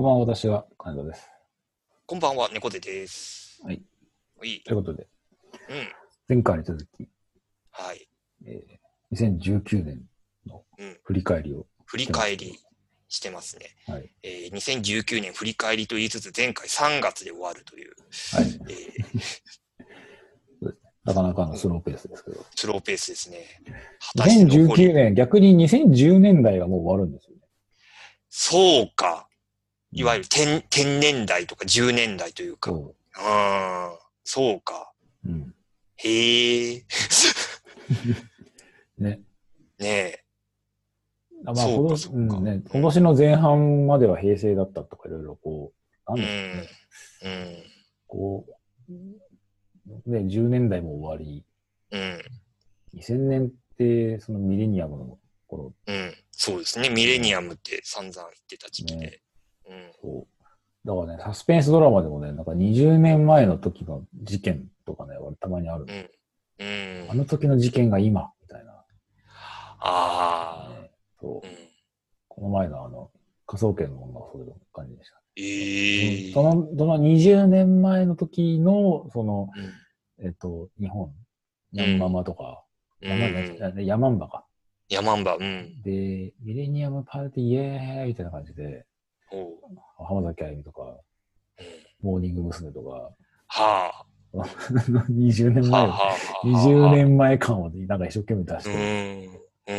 こんばんは、私は金田です。 こんばんは、猫背です。 はい。 はい。 ということで、 うん。 前回に続き、 はい。 2019年のうん。 振り返りを振りしてますけど、 返りしてますね。 はい。 2019年振り返りと言いつつ、前回3月で終わるという、 はい。 えそうですね。なかなかのスローペースですけど、 スローペースですね。果たして 2019 残り、 年、逆に2010年代がもう終わるんですよね。 そうか。 うん。 いわゆる天年代とか10年代というか。 そそうか。 う。うん。 へえ。 ね。 ねえ。 まあ、 そうか、そうか。 今年の前半までは平成だったとかいろいろなんうん。 でしょうね。 うん。うん。 こね、10年代も終わり、 うん。 2000年ってそのミレニアムの頃うん。そうですね。ミレニアムって散々言ってた時期ね、 で。うん。 そう。だからね、サスペンスドラマでもね、なんか20年前の時の事件とかね、俺たまにあるんうん。 ですよ。 うん。 あの時の事件が今、みたいな。 ああ、 ね、そうん。 う。この前の科捜研の女はそういう感じでした。 ええその20年前の時の、 うん。 日本、 うん。 ヤンママとか、 うん。 ヤマンバか。 ヤマンバ、うん。 で、ミレニアムパーティーイエーイみたいな感じで、 おう。 浜崎あゆみとか、 うん。 モーニング娘。とか、 はあ。 20年はあ、 前、 はあ、は 20 あ、はあ。 年前感をなんか一生懸命出しうてる。 ーん。うん。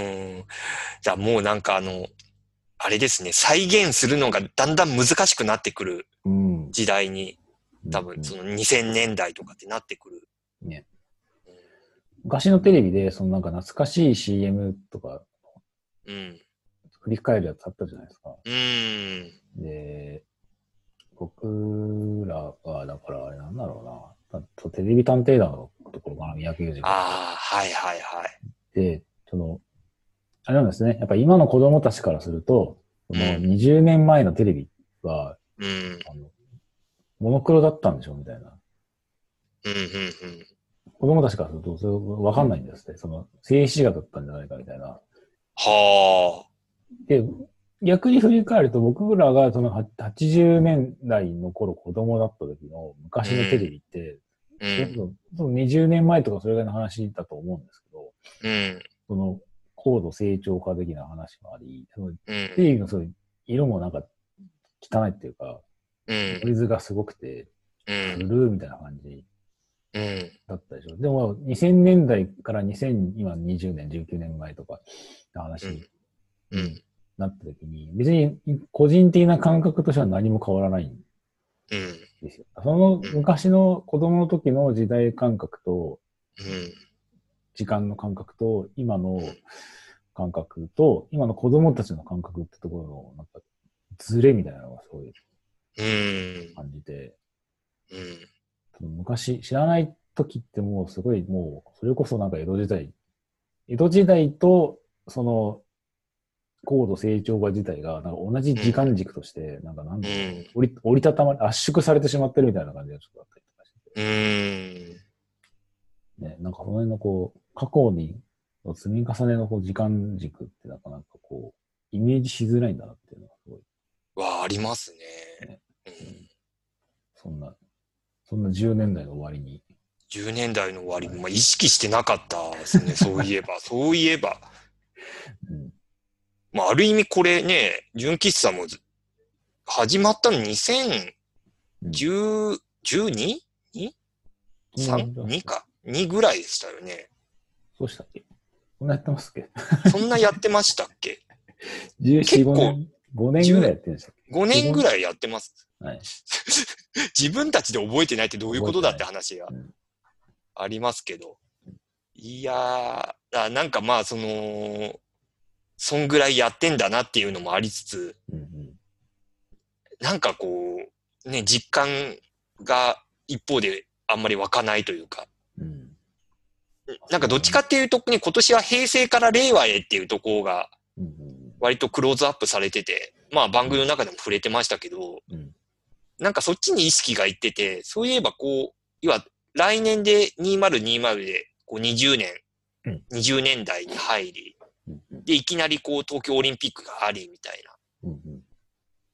じゃあもうなんかあれですね。再現するのがだんだん難しくなってくるうん。 時代に、 うんうん。 多分その2000年代とかってなってくる。 ね。 う昔のテレビで、なんか懐かしい CM とか、 ん。うん。 振り返るやつあったじゃないですか。 うーん。 で、僕らが、だからあれなんだろうな。テレビ探偵団のところかな、三宅裕司が。 ああ、はいはいはい。 で、あれなんですね。やっぱ今の子供たちからすると、そのうん。 20年前のテレビは、 うん。 あの、モノクロだったんでしょみたいな。 うん、うん、うん。 子供たちからすると、それわかんないんですって。静止画だったんじゃないかみたいな。 はあ。 で、逆に振り返ると、僕らがその80年代の頃子供だった時の昔のテレうん。 ビって、 うん。 その20年前とかそれぐらいの話だと思うんですけど、 うん。 その高度成長化的な話もあり、 うん。 テレビのそういう色もなんか汚いっていうか、 うん。 ノイズがすごくて、 うん。 古ーみたいな感じうん。 だったでしょ。でも2000年代から2000、今20年、19年前とかの話うん。うにん。 なった時に、別に個人的な感覚としては何も変わらないんうん。 ですよ。そのうん。 昔の子供の時の時代感覚と、 うん。 時間の感覚と、今の感覚と、今の子供たちの感覚ってところの、なんか、ズレみたいなのがすごいうん。 感じて、 うん。 昔、知らない時ってもうすごいもう、それこそなんか江戸時代と、その、高度成長画自体が、なんか同じ時間軸として、なんかなんだろうな、 うん。 折りたたまり、圧縮されてしまってるみたいな感じがちょっとあったりとかしてうん。 ね、なんかその辺の過去に、積み重ねの時間軸ってなかなかイメージしづらいんだなっていうのがすごい、 はありますね。 ね、 うん。 うん、そんな、そんな10年代の終わりに、 10年代の終わり、 はい、 まあ、意識してなかったですね。そういえば。そういえば。 うん、 まあ、ある意味これね、純喫茶も始まったのうん。 2010、12? にそんな感 3? じだっ 2 け？ か。2ぐらいでしたよね。 そうしたっけ？そんなやってますっけ？ そんなやってましたっけ？ 14、 結構、 5年？ 5 年ぐらい 10、 やってるんでしたっけ？ 5 4、5？ 年ぐらいやってます。 はい。 自分たちで覚えてないってどういうことだって覚えてない。 話がうん。 ありますけど。いやー、なんかまあ、そんぐらいやってんだなっていうのもありつつ、 うん、 なんかね、実感が一方であんまり湧かないというか、 うん。うん。 なんかどっちかそうだね。 っていうと、ね、今年は平成から令和へっていうところがうん、 割とクローズアップされてて、まあ番うん、 組の中でも触れてましたけど、 うん、 なんかそっちに意識がいってて、そういえば要は来年で2020で20年、 うん、 20年代に入り、 うん、うん、 で、いきなり東京オリンピックがありみたいな。 うん、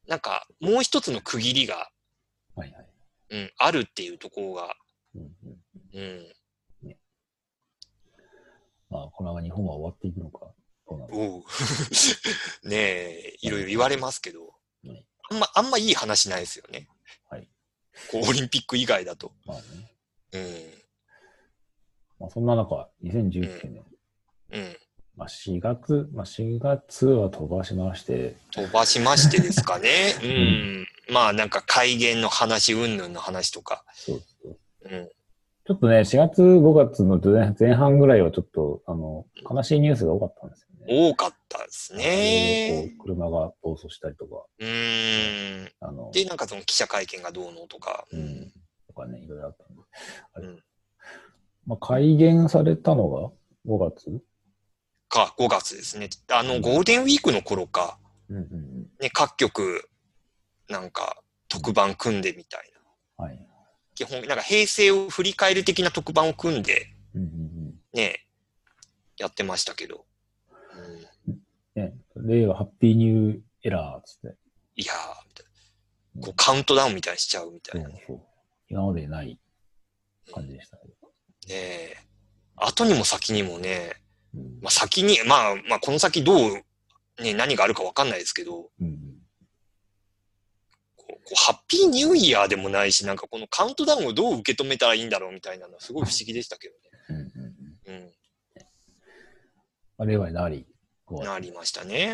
なんかもう一つの区切りが、 はいはい。 あるっていうところが、 うんうん。 うん。 ね、まあ、このまま日本は終わっていくのか、どうなのか。 おうねえ、いまあね、 ろいろ言われますけど、 ね、 あんまいい話ないですよね。 はい。 こう、オリンピック以外だと。 まあね。 うん。 まあ、そんな中、 うん。 2019年、 うん。 まあ、4月は飛ばしまして、 飛ばしましてですかね。ううん。 ん。まあなんか改元の話、云々の話とか。 そうそう。 うん。 ちょっとね、4月、5月の前半ぐらいはちょっと、悲しいニュースが多かったんですよね。 多かったですなんかいろいろこう、 ね。 車が暴走したりとか、 うーん。 あの、 で、なんかその記者会見がどうのとか。 うん、とかね、いろいろあったんで。あれ、 うん。 まあ、改元されたのが5月。 5月ですね。 うんゴールデンウィークの頃か。 うんうんうん。 ね、各局、なんか、特番組んでみたいな。 はい。 基本、なんか平成を振り返る的な特番を組んで、 うんうんね、やってましたけど。うん、 うん。ね、令和ハッピーニューエラーっつって。 いやー、みたいな。こう、カウントダウンみたいにしちゃうみたいなね。 そうそう。今までない感じでしたけど。 ねえ。後にも先にもね、 うんまあ先に、まあこの先どう、ね、何があるかわかんないですけど、 うんこうハッピーニューイヤーでもないし、なんかこのカウントダウンをどう受け止めたらいいんだろうみたいなのはすごい不思議でしたけどうんうんね。 まあ、令和になり、 うん。 5月。 なりましたね。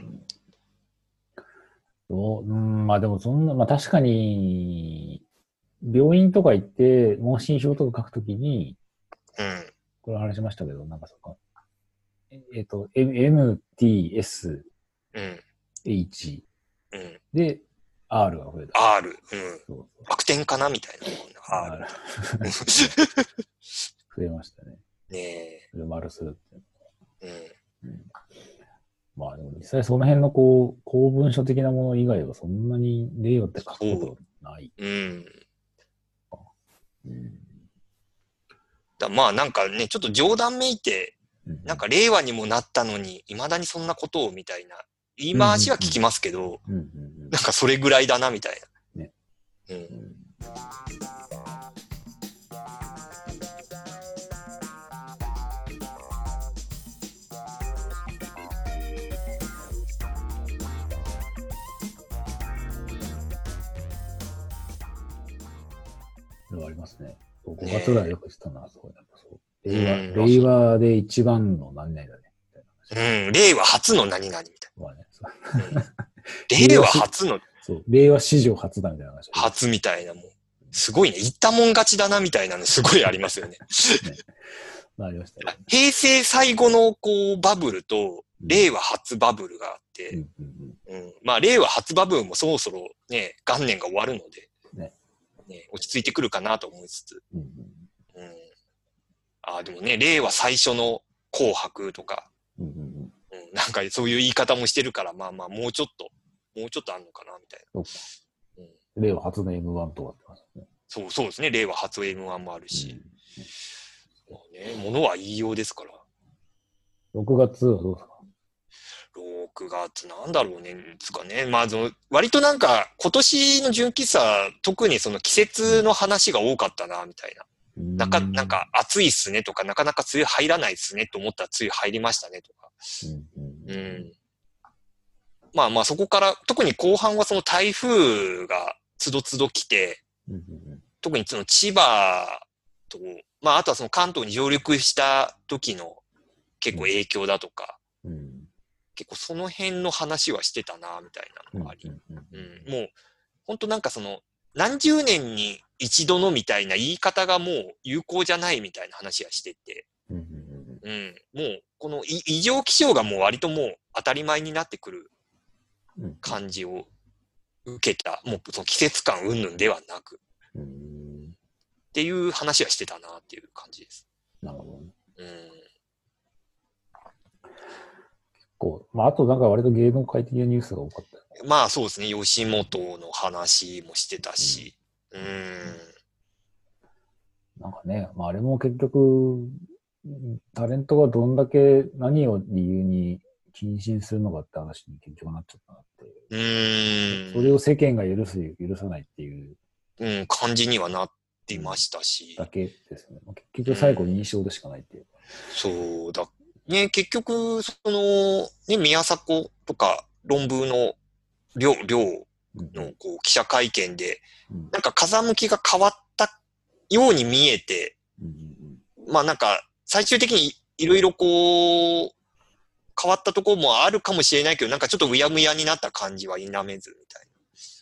まあでもそんな、まあ確かに、病院とか行って問診票とか書くときに、 うん。うん。 これ話しましたけど、なんかそこ、MTSH うん。うん。 で R が増えた。 R。うん。 そうそう。 楽天かなみたいな。R。 R 増えましたね。 ねえ。 それを丸するっていううん。 の。うん、まあでも実際その辺のこう、公文書的なもの以外はそんなに令和って書くことない。 うん。 うん、 まあなんかね、ちょっと冗談めいて、 うんなんか令和にもなったのに、未だにそんなことをみたいな、言いうんうん回しは聞きますけど、 うんうんうんなんかそれぐらいだなみたいな。 ね。 うん。 うん、それはありますね。5月ぐらいよくしたな、そうやっぱそう。令和で一番の何々だね。 うん、令和初の何々みたいまあね、そうな。うん、令和初のそう、令和史上初だみたいな話。 初みたいなもん。すごいね。言ったもん勝ちだなみたいなのすごいありますよね。 ね、まあ、ありましたね。 平成最後のこうバブルと、令和初バブルがあって、 うんうんうん、まあ令和初バブルもそろそろね、元年が終わるので、 ね、 落ち着いてくるかなと思いつつ。 うんうん、でもね、令和最初の紅白とか、 うんうんうんなんかそういう言い方もしてるから、まあまあもうちょっとあんのかなみたいな。 令和初の M1 とかってますね。 そうですね。令和初 M1 もあるし。まあね、ものは言いようですから。 6月はどうですか ？6月なんだろうね、ですかね。まあ、割となんか、今年の純喫茶、特にその季節の話が多かったな、みたいな。なんか暑いっすねとか、なかなか梅雨入らないっすねと思ったら梅雨入りましたねとか。まあまあそこから、特に後半はその台風がつどつど来て、特にその千葉と、まああとはその関東に上陸した時の結構影響だとか、結構その辺の話はしてたな、みたいなのがあり。もう、ほんとなんかその、何十年に一度のみたいな言い方がもう有効じゃないみたいな話はしてて、もうこの異常気象がもう割ともう当たり前になってくる感じを受けた、もうその季節感云々ではなく、っていう話はしてたなっていう感じです。 なるほどね。まあ、あとなんか割と芸能界的なニュースが多かった。 まあそうですね。吉本の話もしてたし。 なんかね、まああれも結局、タレントがどんだけ何を理由に謹慎するのかって話に結局なっちゃったなっていう。 それを世間が許さないっていう、 感じにはなっていましたし。 だけですね。結局最後認証でしかないっていう。 そうだ。ね、結局、ね、宮迫とか論文の量のこう記者会見で、なんか風向きが変わったように見えて、まあなんか最終的にいろいろこう変わったところもあるかもしれないけど、なんかちょっとうやむやになった感じは否めずみたい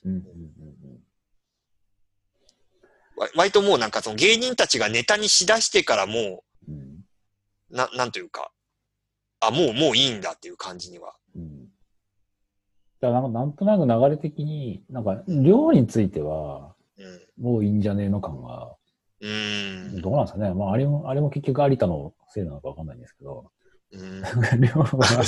な。割ともうなんかその芸人たちがネタにしだしてからもう、なんというか、もういいんだっていう感じには。 だからなんとなく流れ的に、なんか量については、もういいんじゃねえの感が、どうなんですかね。まああれも結局有田のせいなのかわかんないんですけど、量は、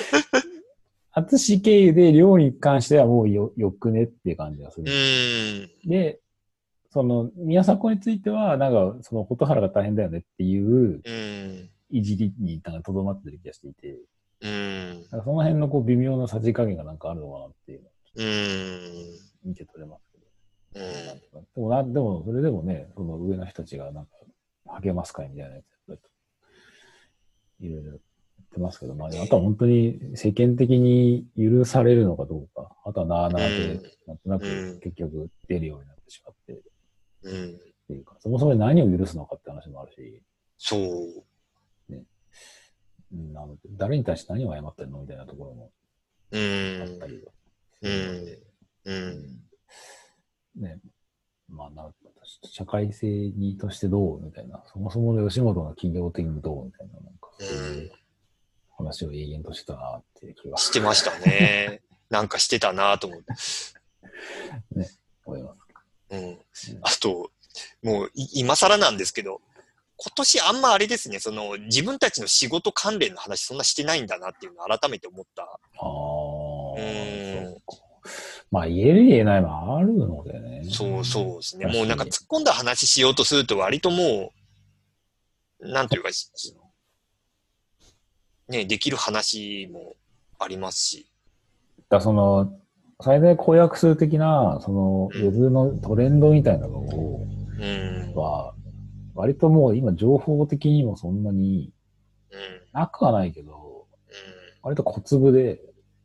淳経由で量に関してはもうよくねっていう感じがする。で、宮迫については、なんか、蛍原が大変だよねっていう、いじりになんかとどまってる気がしていて、なんかその辺のこう微妙なさじ加減がなんかあるのかなっていう見て取れますけど。でも、それでもね、その上の人たちがなんか、励ます会みたいなやつやったりいろいろやってますけど、まあ、あとは本当に世間的に許されるのかどうか、あとはなあなあで、なんとなく結局出るようになってしまって、っていうか、そもそも何を許すのかって話もあるし、 そう。 ね。誰に対して何を謝ってるのみたいなところもあったりはするので、ね。まあ社会性にとしてどうみたいな、そもそもの吉本の企業的にどうみたいな、なんかそういう話を永遠としてたなっていう気がしてましたね。なんかしてたなと思って。 ね、思います。 あと、もう今更なんですけど、今年あんまあれですね、自分たちの仕事関連の話そんなしてないんだなっていうのを改めて思った。 そうか。まあ言える言えないもあるのでね。 そうですね。もうなんか突っ込んだ話しようとすると割ともう、なんというか、ね、できる話もありますし。 最大公約数的な、ウェブのトレンドみたいなのを、割ともう今情報的にもそんなに、なくはないけど、割と小粒で、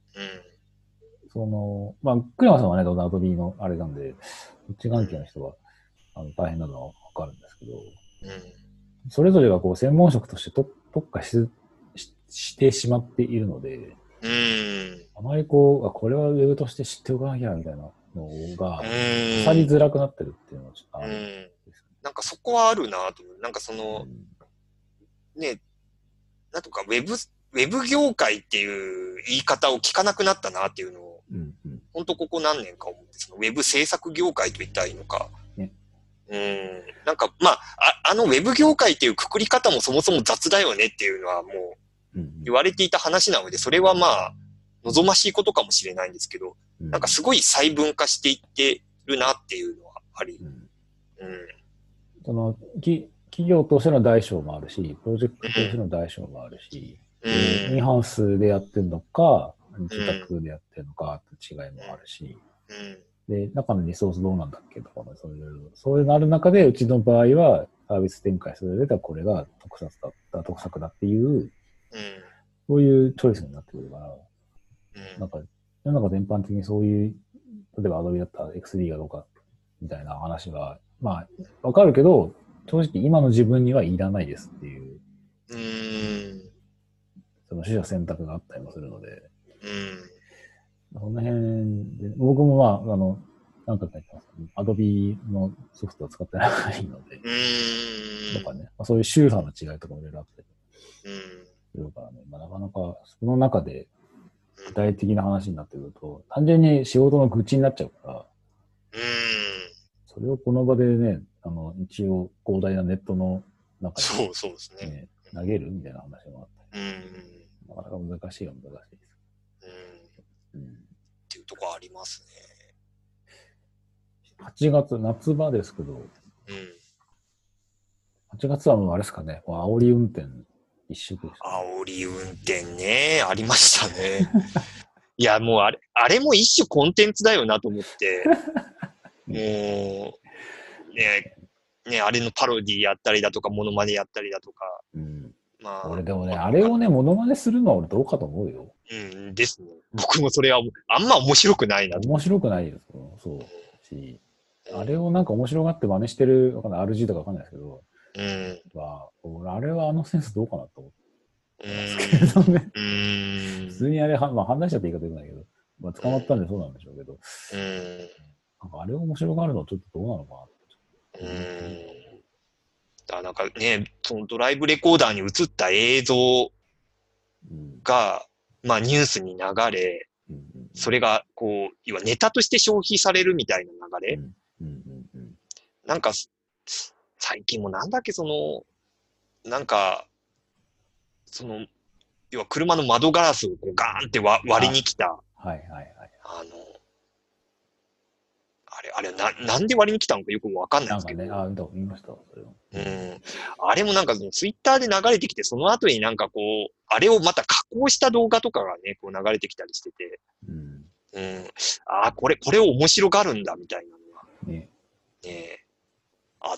まあ、栗山さんはね、アドビのあれなんで、こっち関係の人が大変なのはわかるんですけど、それぞれがこう専門職として特化してしまっているので、あまりこれはウェブとして知っておかなきゃみたいなのが、刺さりづらくなってるっていうのはちょっとあるんですね。 なんかそこはあるなと思う。なんかね、なんとかウェブ業界っていう言い方を聞かなくなったなっていうのを、本当ここ何年か思って、ウェブ制作業界と言ったらいいのか。なんか、まあ、ウェブ業界っていうくくり方もそもそも雑だよねっていうのはもう言われていた話なので、それはまあ、望ましいことかもしれないんですけど、なんかすごい細分化していってるなっていうのはあり。 企業としての大小もあるし、プロジェクトとしての大小もあるし、インハウスでやってるのか、自宅でやってるのかって違いもあるし、で、中のリソースどうなんだっけとかもそういうのある中で、うちの場合はサービス展開する上ではこれが特作だっていう、そういうチョイスになってくるから、なんか、世の中全般的にそういう、例えば Adobe だったら XD がどうか、みたいな話は、まあ、わかるけど、正直今の自分にはいらないですっていう、その取捨選択があったりもするので、その辺で、僕もまあ、なんか書いてますけど、Adobe のソフトを使ってないので、とかね、そういう宗派の違いとかもいろいろあって、するからね、まあ、なかなかその中で具体的な話になってくると、単純に仕事の愚痴になっちゃうから、それをこの場でね、一応広大なネットの中に、 そうですね。 投げるみたいな話もあったり、なかなか難しいです。 っていうところありますね。8月、夏場ですけど、8月はもうあれですかね、煽り運転一色です、 煽り運転ね、ありましたね。 いや、もうあれも一種コンテンツだよなと思って、もう、ね、あれのパロディやったりだとか、モノマネやったりだとか、 うん。 まあ、 俺でもね、あれをね、モノマネするのは俺どうかと思うよ。 うんですね。僕もそれはあんま面白くないなと。 面白くないよ、そうし。あれをなんか面白がって真似してる、わかんない、RG とかわかんないですけど、 うん。 俺、あれはあのセンスどうかなと思ってますけれうどね。 ん。 普通にあれ、まあ、判断しちゃって言い方よくないけど、まあ、捕まったんでそうなんでしょうけど、 うん。 なんかあれを面白がるのはちょっとどうなのかなうん。なんかね、そのドライブレコーダーに映った映像が、まあニュースに流れ、それがこう、要はネタとして消費されるみたいな流れ。なんか、最近もなんだっけ、なんか、その、要は車の窓ガラスをこうガーンって割りに来た、 はいはいはい。 あれ、なんで割りに来たのかよくわかんないんですけど。 なんかね、見ました、それは。 あれもなんかツイッターで流れてきて、その後になんかこう、あれをまた加工した動画とかがね、こう流れてきたりしてて、これを面白がるんだ、みたいなのが、ね、あって。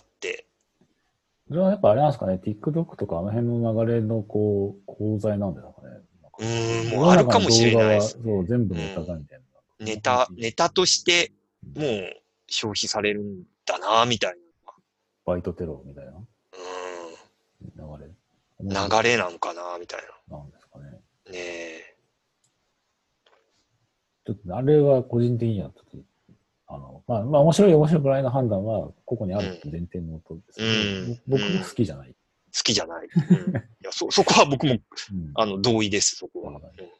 それはやっぱあれなんですかね、TikTok とかあの辺の流れのこう、功罪なんですかね。 もうあるかもしれないです、 ね。そう、全部ネタだみたいな。ネタとして、もう消費されるんだな、みたいな。 バイトテロみたいな。 流れなのかな、みたいな。なんですかね。 ねえ。 ちょっと、あれは個人的にはちょっと、まあ、面白い面白くないの判断は、ここにあるって前提のもとですけど、僕が好きじゃない。 好きじゃない。いやそこは僕も、同意です、そこは。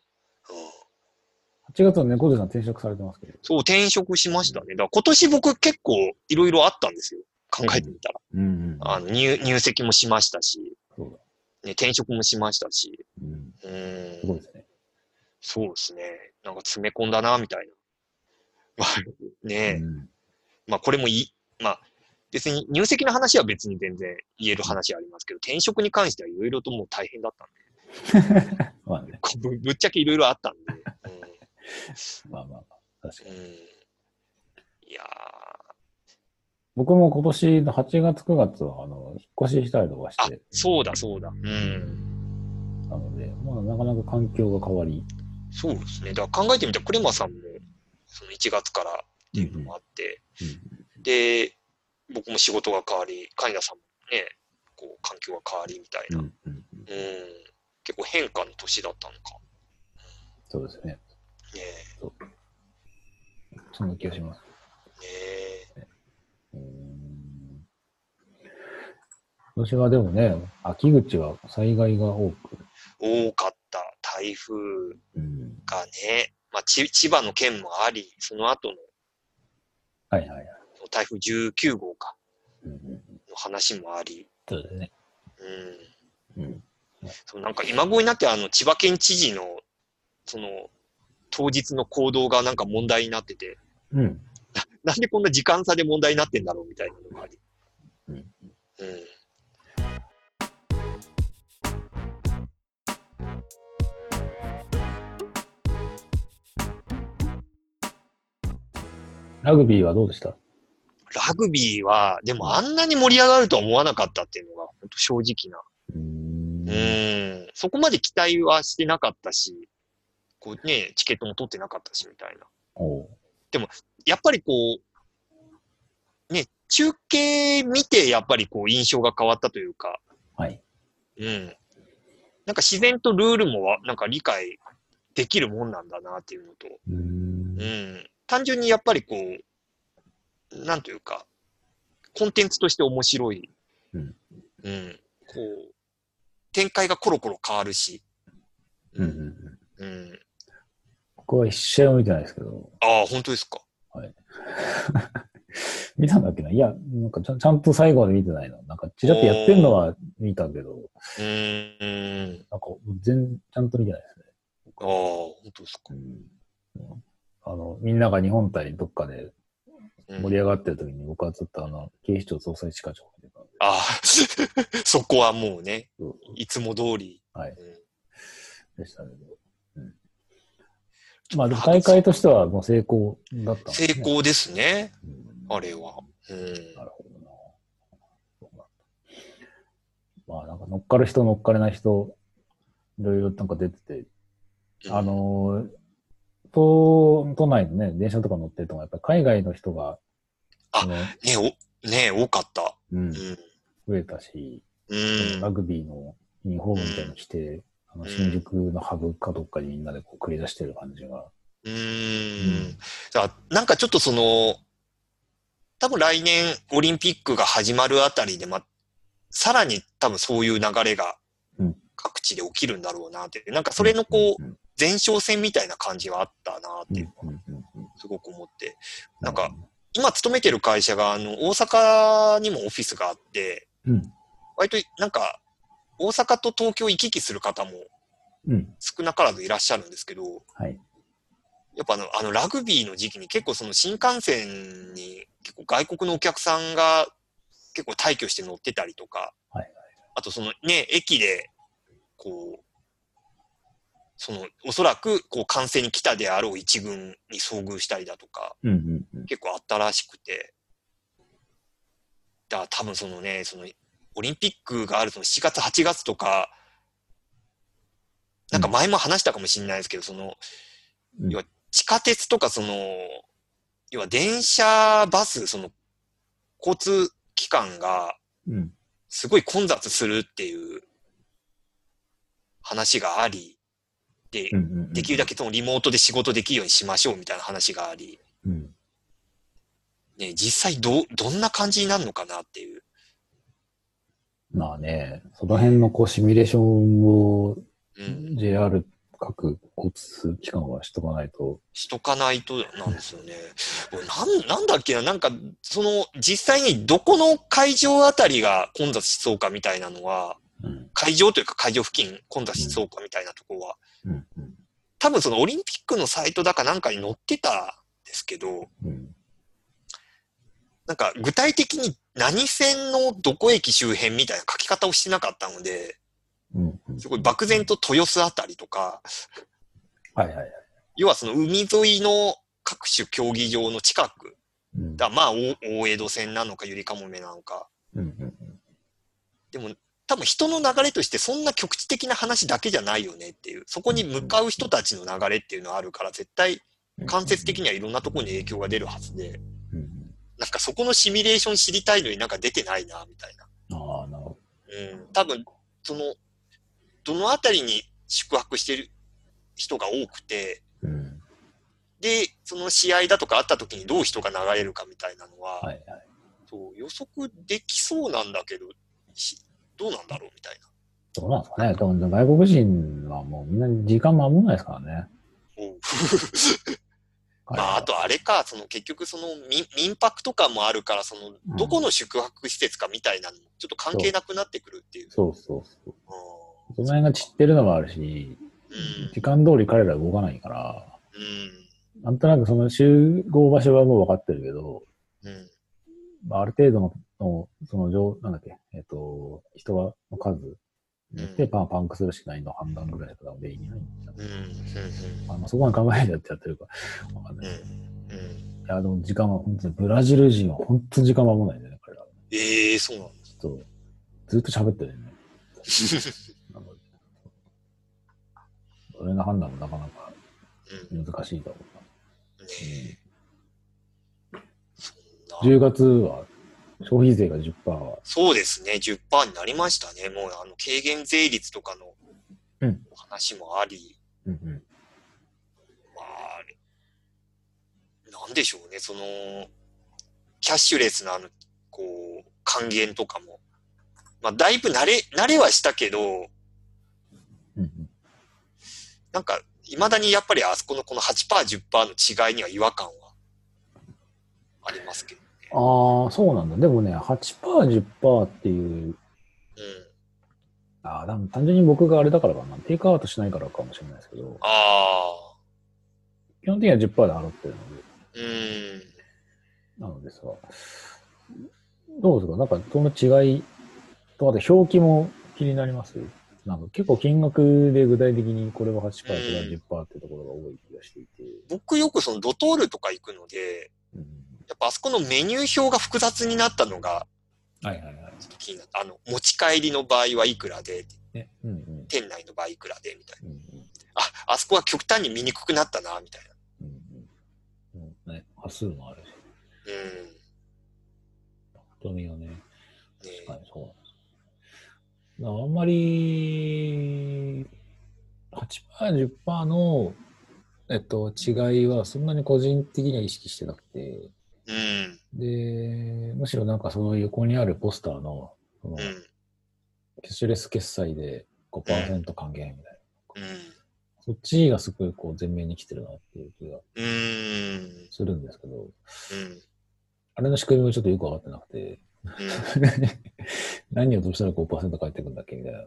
8月の猫背さん転職されてますけど。 そう、転職しましたね。だから今年僕結構いろいろあったんですよ。考えてみたら。入籍もしましたし、ね、転職もしましたし。 すごいですね。 そうですね。なんか詰め込んだな、みたいな。ねえ。まあこれもまあ別に入籍の話は別に全然言える話ありますけど、転職に関してはいろいろともう大変だったんで。まあね、ぶっちゃけいろいろあったんで。 まあ、確かに。 いや僕も今年の8月9月は、引っ越ししたりとかして。 そうだ。 なので、まあ、なかなか環境が変わり。 そうですね。だから考えてみたら、クレマさんも、その1月からっていうのもあって、で、僕も仕事が変わり、カニダさんもね、こう、環境が変わりみたいな。結構変化の年だったのか。 そうですね。ねえ。そんな気がします。ねえ。今年はでもね、秋口は災害が多かった。台風がね、まあ、千葉の県もあり、その後の、台風19号か、の話もあり。 そうですね。 そうなんか今頃になって千葉県知事の、その、当日の行動がなんか問題になってて、なんでこんな時間差で問題になってんだろうみたいなのがあり。 ラグビーはどうでした？ ラグビーは、でもあんなに盛り上がるとは思わなかったっていうのが、本当正直な。そこまで期待はしてなかったし、こうね、チケットも取ってなかったし、みたいな。でも、やっぱりこう、ね、中継見て、やっぱりこう、印象が変わったというか、なんか自然とルールもなんか理解できるもんなんだなっていうのと、単純にやっぱりこう、なんというか、コンテンツとして面白い。こう、展開がコロコロ変わるし。 僕は一試合も見てないですけど。 本当ですか。 はい。見たんだっけな。いや、なんかちゃんと最後まで見てないの。なんかちらっとやってんのは見たけど。なんかちゃんと見てないですね。 本当ですか。 みんなが日本対どっかで盛り上がってる時に僕はずっと警視庁捜査一課長を見てたんで。 そこはもうね、いつも通り。 はい。でしたけど。 まあでも大会としてはもう成功だったんですね。 成功ですね。あれは。 なるほどな。そうなんだ。まあなんか乗っかる人乗っかれない人、いろいろなんか出てて、都内のね、電車とか乗ってると、やっぱり海外の人が、 多かった。 増えたし、 うん。 ラグビーのユニフォームみたいなの着て、新宿のハブかどっかにみんなでこう繰り出してる感じが。 なんかちょっと多分来年オリンピックが始まるあたりで、さらに多分そういう流れが各地で起きるんだろうなって、なんかそれの前哨戦みたいな感じはあったなっていうのは、すごく思って。なんか、今勤めてる会社が、大阪にもオフィスがあって、割となんか、大阪と東京行き来する方も少なからずいらっしゃるんですけど、やっぱラグビーの時期に結構新幹線に結構外国のお客さんが結構退去して乗ってたりとか、あと駅で、おそらく、観戦に来たであろう一軍に遭遇したりだとか、結構あったらしくて、だから多分オリンピックがある7月、8月とか、なんか前も話したかもしれないですけど、要は地下鉄とか要は電車、バス、交通機関が、すごい混雑するっていう話があり、で、できるだけリモートで仕事できるようにしましょうみたいな話があり、ね、実際どんな感じになるのかなっていう。 まあね、その辺のシミュレーションを JR 各交通機関はしとかないと。 しとかないとなんですよね。なんだっけな、なんか、実際にどこの会場あたりが混雑しそうかみたいなのは、会場というか会場付近混雑しそうかみたいなところは、多分オリンピックのサイトだかなんかに載ってたんですけど、なんか具体的に何線のどこ駅周辺みたいな書き方をしてなかったので、すごい漠然と豊洲あたりとか、要は海沿いの各種競技場の近く、大江戸線なのかゆりかもめなのか、でも多分人の流れとしてそんな局地的な話だけじゃないよねっていう、そこに向かう人たちの流れっていうのはあるから、絶対間接的にはいろんなところに影響が出るはずで、なんかそこのシミュレーション知りたいのになんか出てないな、みたいな。 なるほど。 多分、どのあたりに宿泊してる人が多くて、で、その試合だとかあった時にどう人が流れるかみたいなのは、そう予測できそうなんだけど、どうなんだろうみたいな。 どうなんですかね。多分外国人はもうみんな時間守んないですからね。 あとあれか、結局民泊とかもあるから、どこの宿泊施設かみたいなのもちょっと関係なくなってくるっていう。 そう。その辺が散ってるのもあるし、時間通り彼ら動かないから、なんとなくその集合場所はもう分かってるけど、ある程度の、なんだっけ、人の数でパンクするしかないの判断ぐらいだからで意味ないんだよ。そこは考えてやってるかわかんない。いや、でも時間は本当に、ブラジル人は本当に時間守らないんだよね、彼ら。 そうなんです。 ずっと喋ってるよね。それの判断もなかなか難しいと思う。10月は消費税が 10% は。 そうですね、10% になりましたね。もう軽減税率とかのお話もあり。なんでしょうね、キャッシュレスな還元とかも。だいぶ慣れはしたけど、なんか、未だにやっぱりあそこのこの 8%、10% の違いには違和感はありますけどね。 そうなんだ。でもね、8%、10% っていう、単純に僕があれだからかな。テイクアウトしないからかもしれないですけど、基本的には 10% で払ってるので。なのでさ、どうですかなんかその違いと、あと表記も気になりますなんか結構金額で具体的にこれは8%、これは10%っていうところが多い気がしていて。 僕よくそのドトールとか行くので、やっぱあそこのメニュー表が複雑になったのが、 はいはいはい。 ちょっと気になった。持ち帰りの場合はいくらで、 ね店内の場合いくらで、みたいな。 うんうんあそこは極端に見にくくなったな、みたいな。 ね、端数もあるし。人見はね、確かにそうなんです。あんまり、8%、10%の、違いはそんなに個人的には意識してなくて、で、むしろなんかその横にあるポスターの、そのキャッシュレス決済で 5% 還元みたいな。そっちがすごいこう前面に来てるなっていう気がするんですけど、あれの仕組みもちょっとよくわかってなくて、何をどうしたら 5% 返ってくるんだっけみたいな。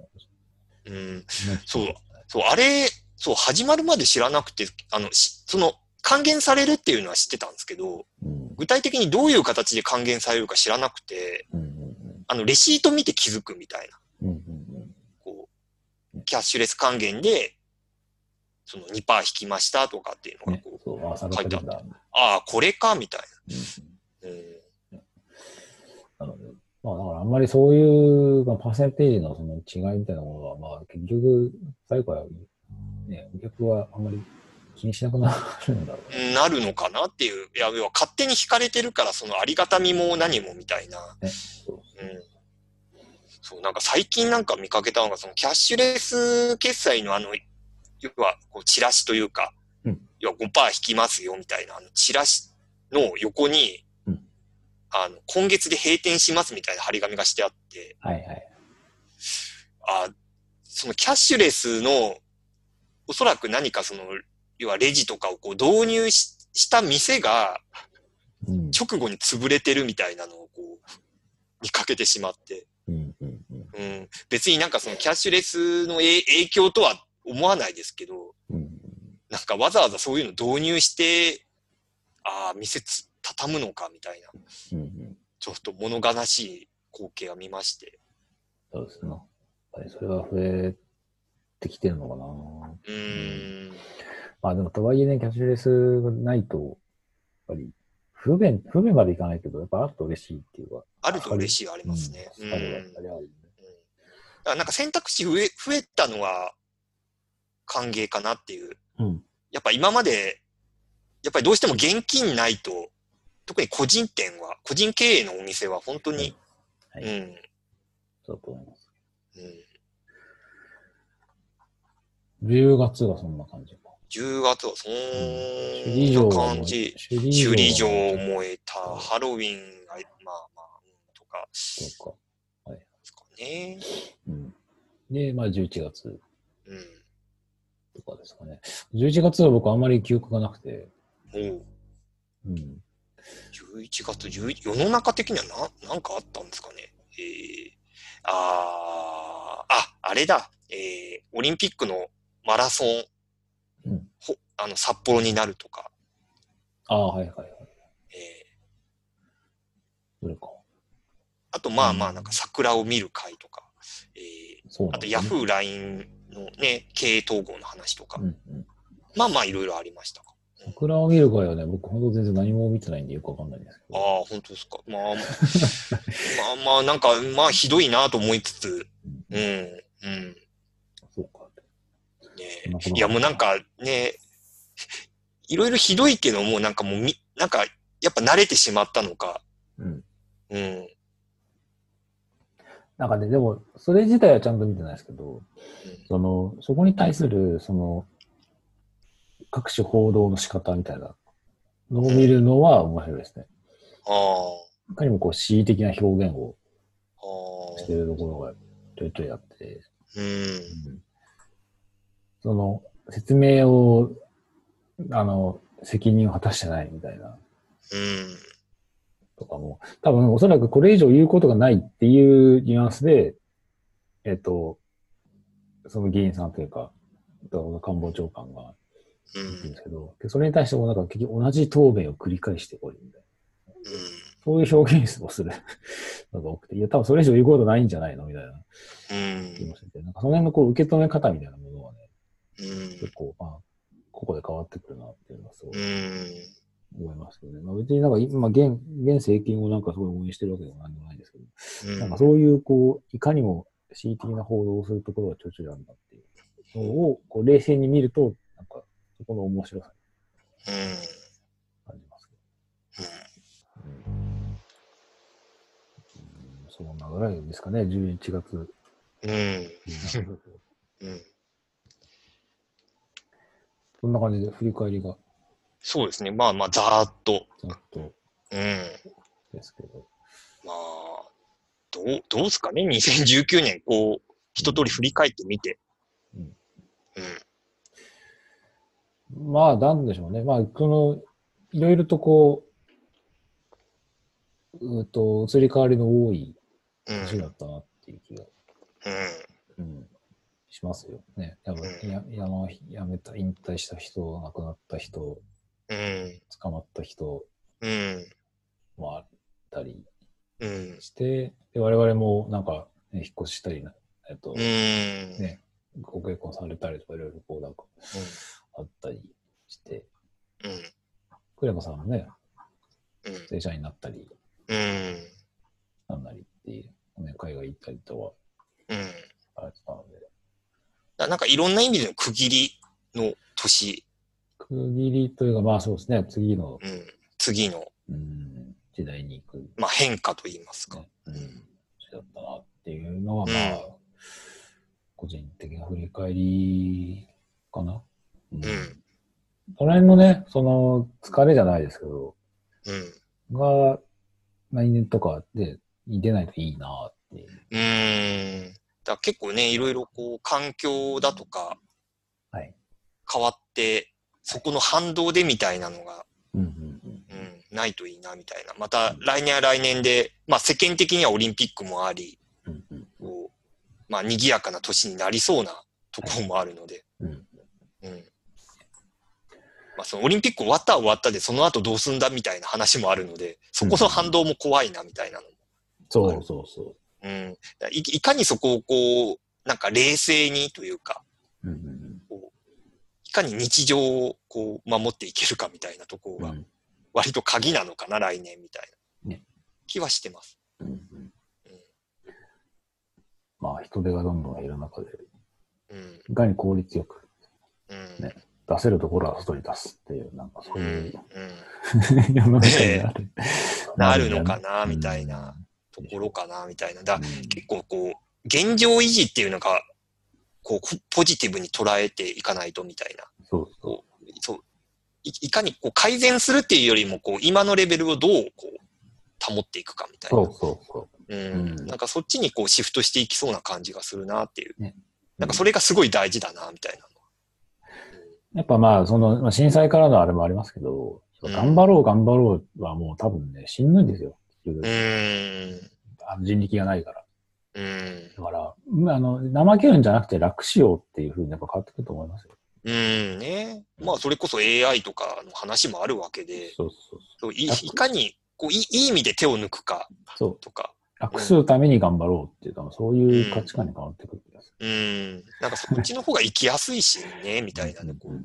そう、あれ、そう、始まるまで知らなくて、その、還元されるっていうのは知ってたんですけど、具体的にどういう形で還元されるか知らなくて、レシート見て気づくみたいな。こう、キャッシュレス還元で、その 2% 引きましたとかっていうのがこう、書いてあって、ああ、これか、みたいな。 なので、まあだからあんまりそういう、まあ、パーセンテージのその違いみたいなものは、まあ結局、最後はね、お客はあんまり気にしなくなるんだろうなるのかなっていう。いや、要は勝手に引かれてるから、そのありがたみも何もみたいな。そう、なんか最近なんか見かけたのが、そのキャッシュレス決済の要はこうチラシというか、要は 5% 引きますよみたいな、チラシの横に、今月で閉店しますみたいな張り紙がしてあって、そのキャッシュレスの、おそらく何かその、要はレジとかをこう導入した店が、直後に潰れてるみたいなのをこう、見かけてしまって、別になんかそのキャッシュレスの影響とは思わないですけど、なんかわざわざそういうの導入して、店畳むのかみたいな、ちょっと物悲しい光景を見まして。 そうですね。やっぱりそれは増えてきてるのかな。まあでもとはいえね、キャッシュレスがないと、やっぱり不便までいかないけど、やっぱあると嬉しいっていうか。 あると嬉しいはありますね。なんか選択肢増えたのは歓迎かなっていう。やっぱ今まで、やっぱりどうしても現金ないと、特に個人経営のお店は本当に、 そうと思います。10月がそんな感じか。 10月はそんな感じ。首里城燃えた、ハロウィンが、とか。ですかね。 で、まあ11月。とかですかね。11月は僕あんまり記憶がなくて。 11月、世の中的にはなんかあったんですかね。あれだ。オリンピックのマラソン、札幌になるとか。 それか。 あと、なんか桜を見る会とか。あと、ヤフー LINE のね、経営統合の話とか。いろいろありましたか。 桜を見る会はね、僕ほんと全然何も見てないんでよくわかんないんですけど。 本当ですか。なんか、ひどいなと思いつつ、 そうか。 いや、もうなんかね、いろいろひどいけども、なんかなんか、やっぱ慣れてしまったのか。 なんかね、でも、それ自体はちゃんと見てないですけど、そこに対する、各種報道の仕方みたいなのを見るのは面白いですね。いかにもこう、恣意的な表現をしてるところがちょいちょいあって、説明を、責任を果たしてないみたいな。とかも、多分おそらくこれ以上言うことがないっていうニュアンスで、その議員さんというか、官房長官が言ってるんですけど、それに対してもなんか結局同じ答弁を繰り返しておりみたいな。 そういう表現をするのが多くて、いや、多分それ以上言うことないんじゃないのみたいな気もしてて、なんかその辺のこう受け止め方みたいなものはね、結構、ここで変わってくるなっていうのはすごい思いますけどね。別になんか今、現政権をなんかすごい応援してるわけでもなんでもないんですけど、なんかそういうこう、いかにも恣意的な報道をするところがちょいちょいあるんだっていうのを、こう冷静に見ると、なんかそこの面白さに感じますけど。そんなぐらいですかね、11月。そんな感じで振り返りが。 そうですね。まあまあ、ざーっと。 ですけど。 まあ、どうですかね ?2019 年、こう、一通り振り返ってみて。 まあ、なんでしょうね。まあ、いろいろとこう、移り変わりの多い年だったなっていう気が、しますよね。多分、やめた、引退した人、亡くなった人、捕まった人もあったりして、で我々もなんか、ね、引っ越ししたりね、ご結婚されたりとかいろいろこうなんか、あったりして、クレマさんもね、正社員になったり、なんなりっていう、ね、海外行ったりとは、あれたので。 なんかいろんな意味での区切りの年。 区切りというか、まあそうですね、次の、時代に行く。 まあ変化と言いますか。 だったなっていうのは、まあ、個人的な振り返りかな。その辺のね、その疲れじゃないですけど、が来年とかで出ないといいなっていう。 だ結構ね、いろいろこう環境だとか、変わって、そこの反動でみたいなのが、ないといいなみたいな。また来年は来年で、まあ世間的にはオリンピックもあり、まあ賑やかな年になりそうなところもあるので、まあそのオリンピック終わったは終わったで、その後どうすんだみたいな話もあるので、そこの反動も怖いなみたいなのも。 そうそうそう。 いかにそこをこう、なんか冷静にというか、いかに日常をこう守っていけるかみたいなところが、割と鍵なのかな、来年みたいな気はしてます。 まあ人手がどんどん減る中で、いかに効率よく、ね、出せるところは外に出すっていう、なんかそういう、世の中になるのかな、みたいなところかな、みたいな。結構こう、現状維持っていうのが、こう、ポジティブに捉えていかないと、みたいな。いかにこう改善するっていうよりも、こう、今のレベルをどうこう保っていくかみたいな。なんかそっちにこうシフトしていきそうな感じがするなっていう。なんかそれがすごい大事だな、みたいな。 やっぱまあ、その、震災からのあれもありますけど、頑張ろう頑張ろうはもう多分ね、しんどいんですよ。人力がないから。だから、怠けるんじゃなくて楽しようっていう風にやっぱ変わってくると思いますよ。 ね。まあ、それこそ AI とかの話もあるわけで、いかに、こういい意味で手を抜くか、とか。 楽するために頑張ろうっていう、そういう価値観に変わってくる気がする。なんかそっちの方が生きやすいしね、みたいなね、こう。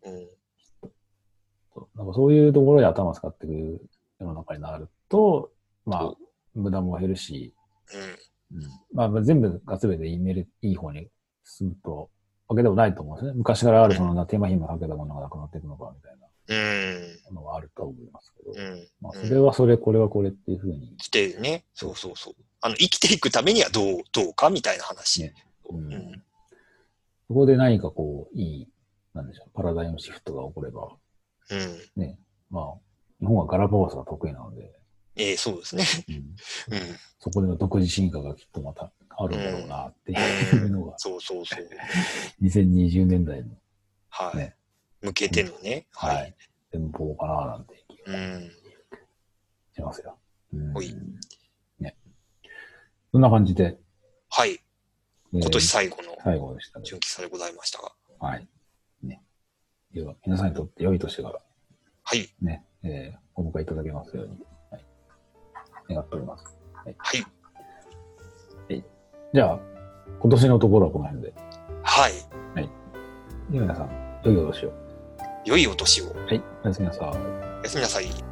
なんかそういうところで頭使ってくる世の中になると、まあ、無駄も減るし、まあ全部が全ていい方に進むと、わけでもないと思うんですね。昔からあるその手間暇かけたものがなくなっていくのかみたいなのはあると思いますけど、まあそれはそれ、これはこれっていうふうに。 来てね、そう。生きていくためにはどうかみたいな話。 そこで何かこう、なんでしょう、パラダイムシフトが起これば、ね、まあ、日本はガラパゴスが得意なので、 そうですね。 そこでの独自進化がきっとまたあるんだろうなっていうのが、 そう。 2020年代の、 向けてのね、 展望かななんて気がしますよ。ね。そんな感じで。 はい。今年最後のでしたね。 純喜祭でございましたが。 はい。ね。では、皆さんにとって良い年が、ね、お迎えいただけますように。 願っております。はい。 はい。 じゃあ、今年のところはこの辺で。 はい。 はい。では皆さん、良いお年を。 良いお年を。 はい。おやすみなさい。 おやすみなさい。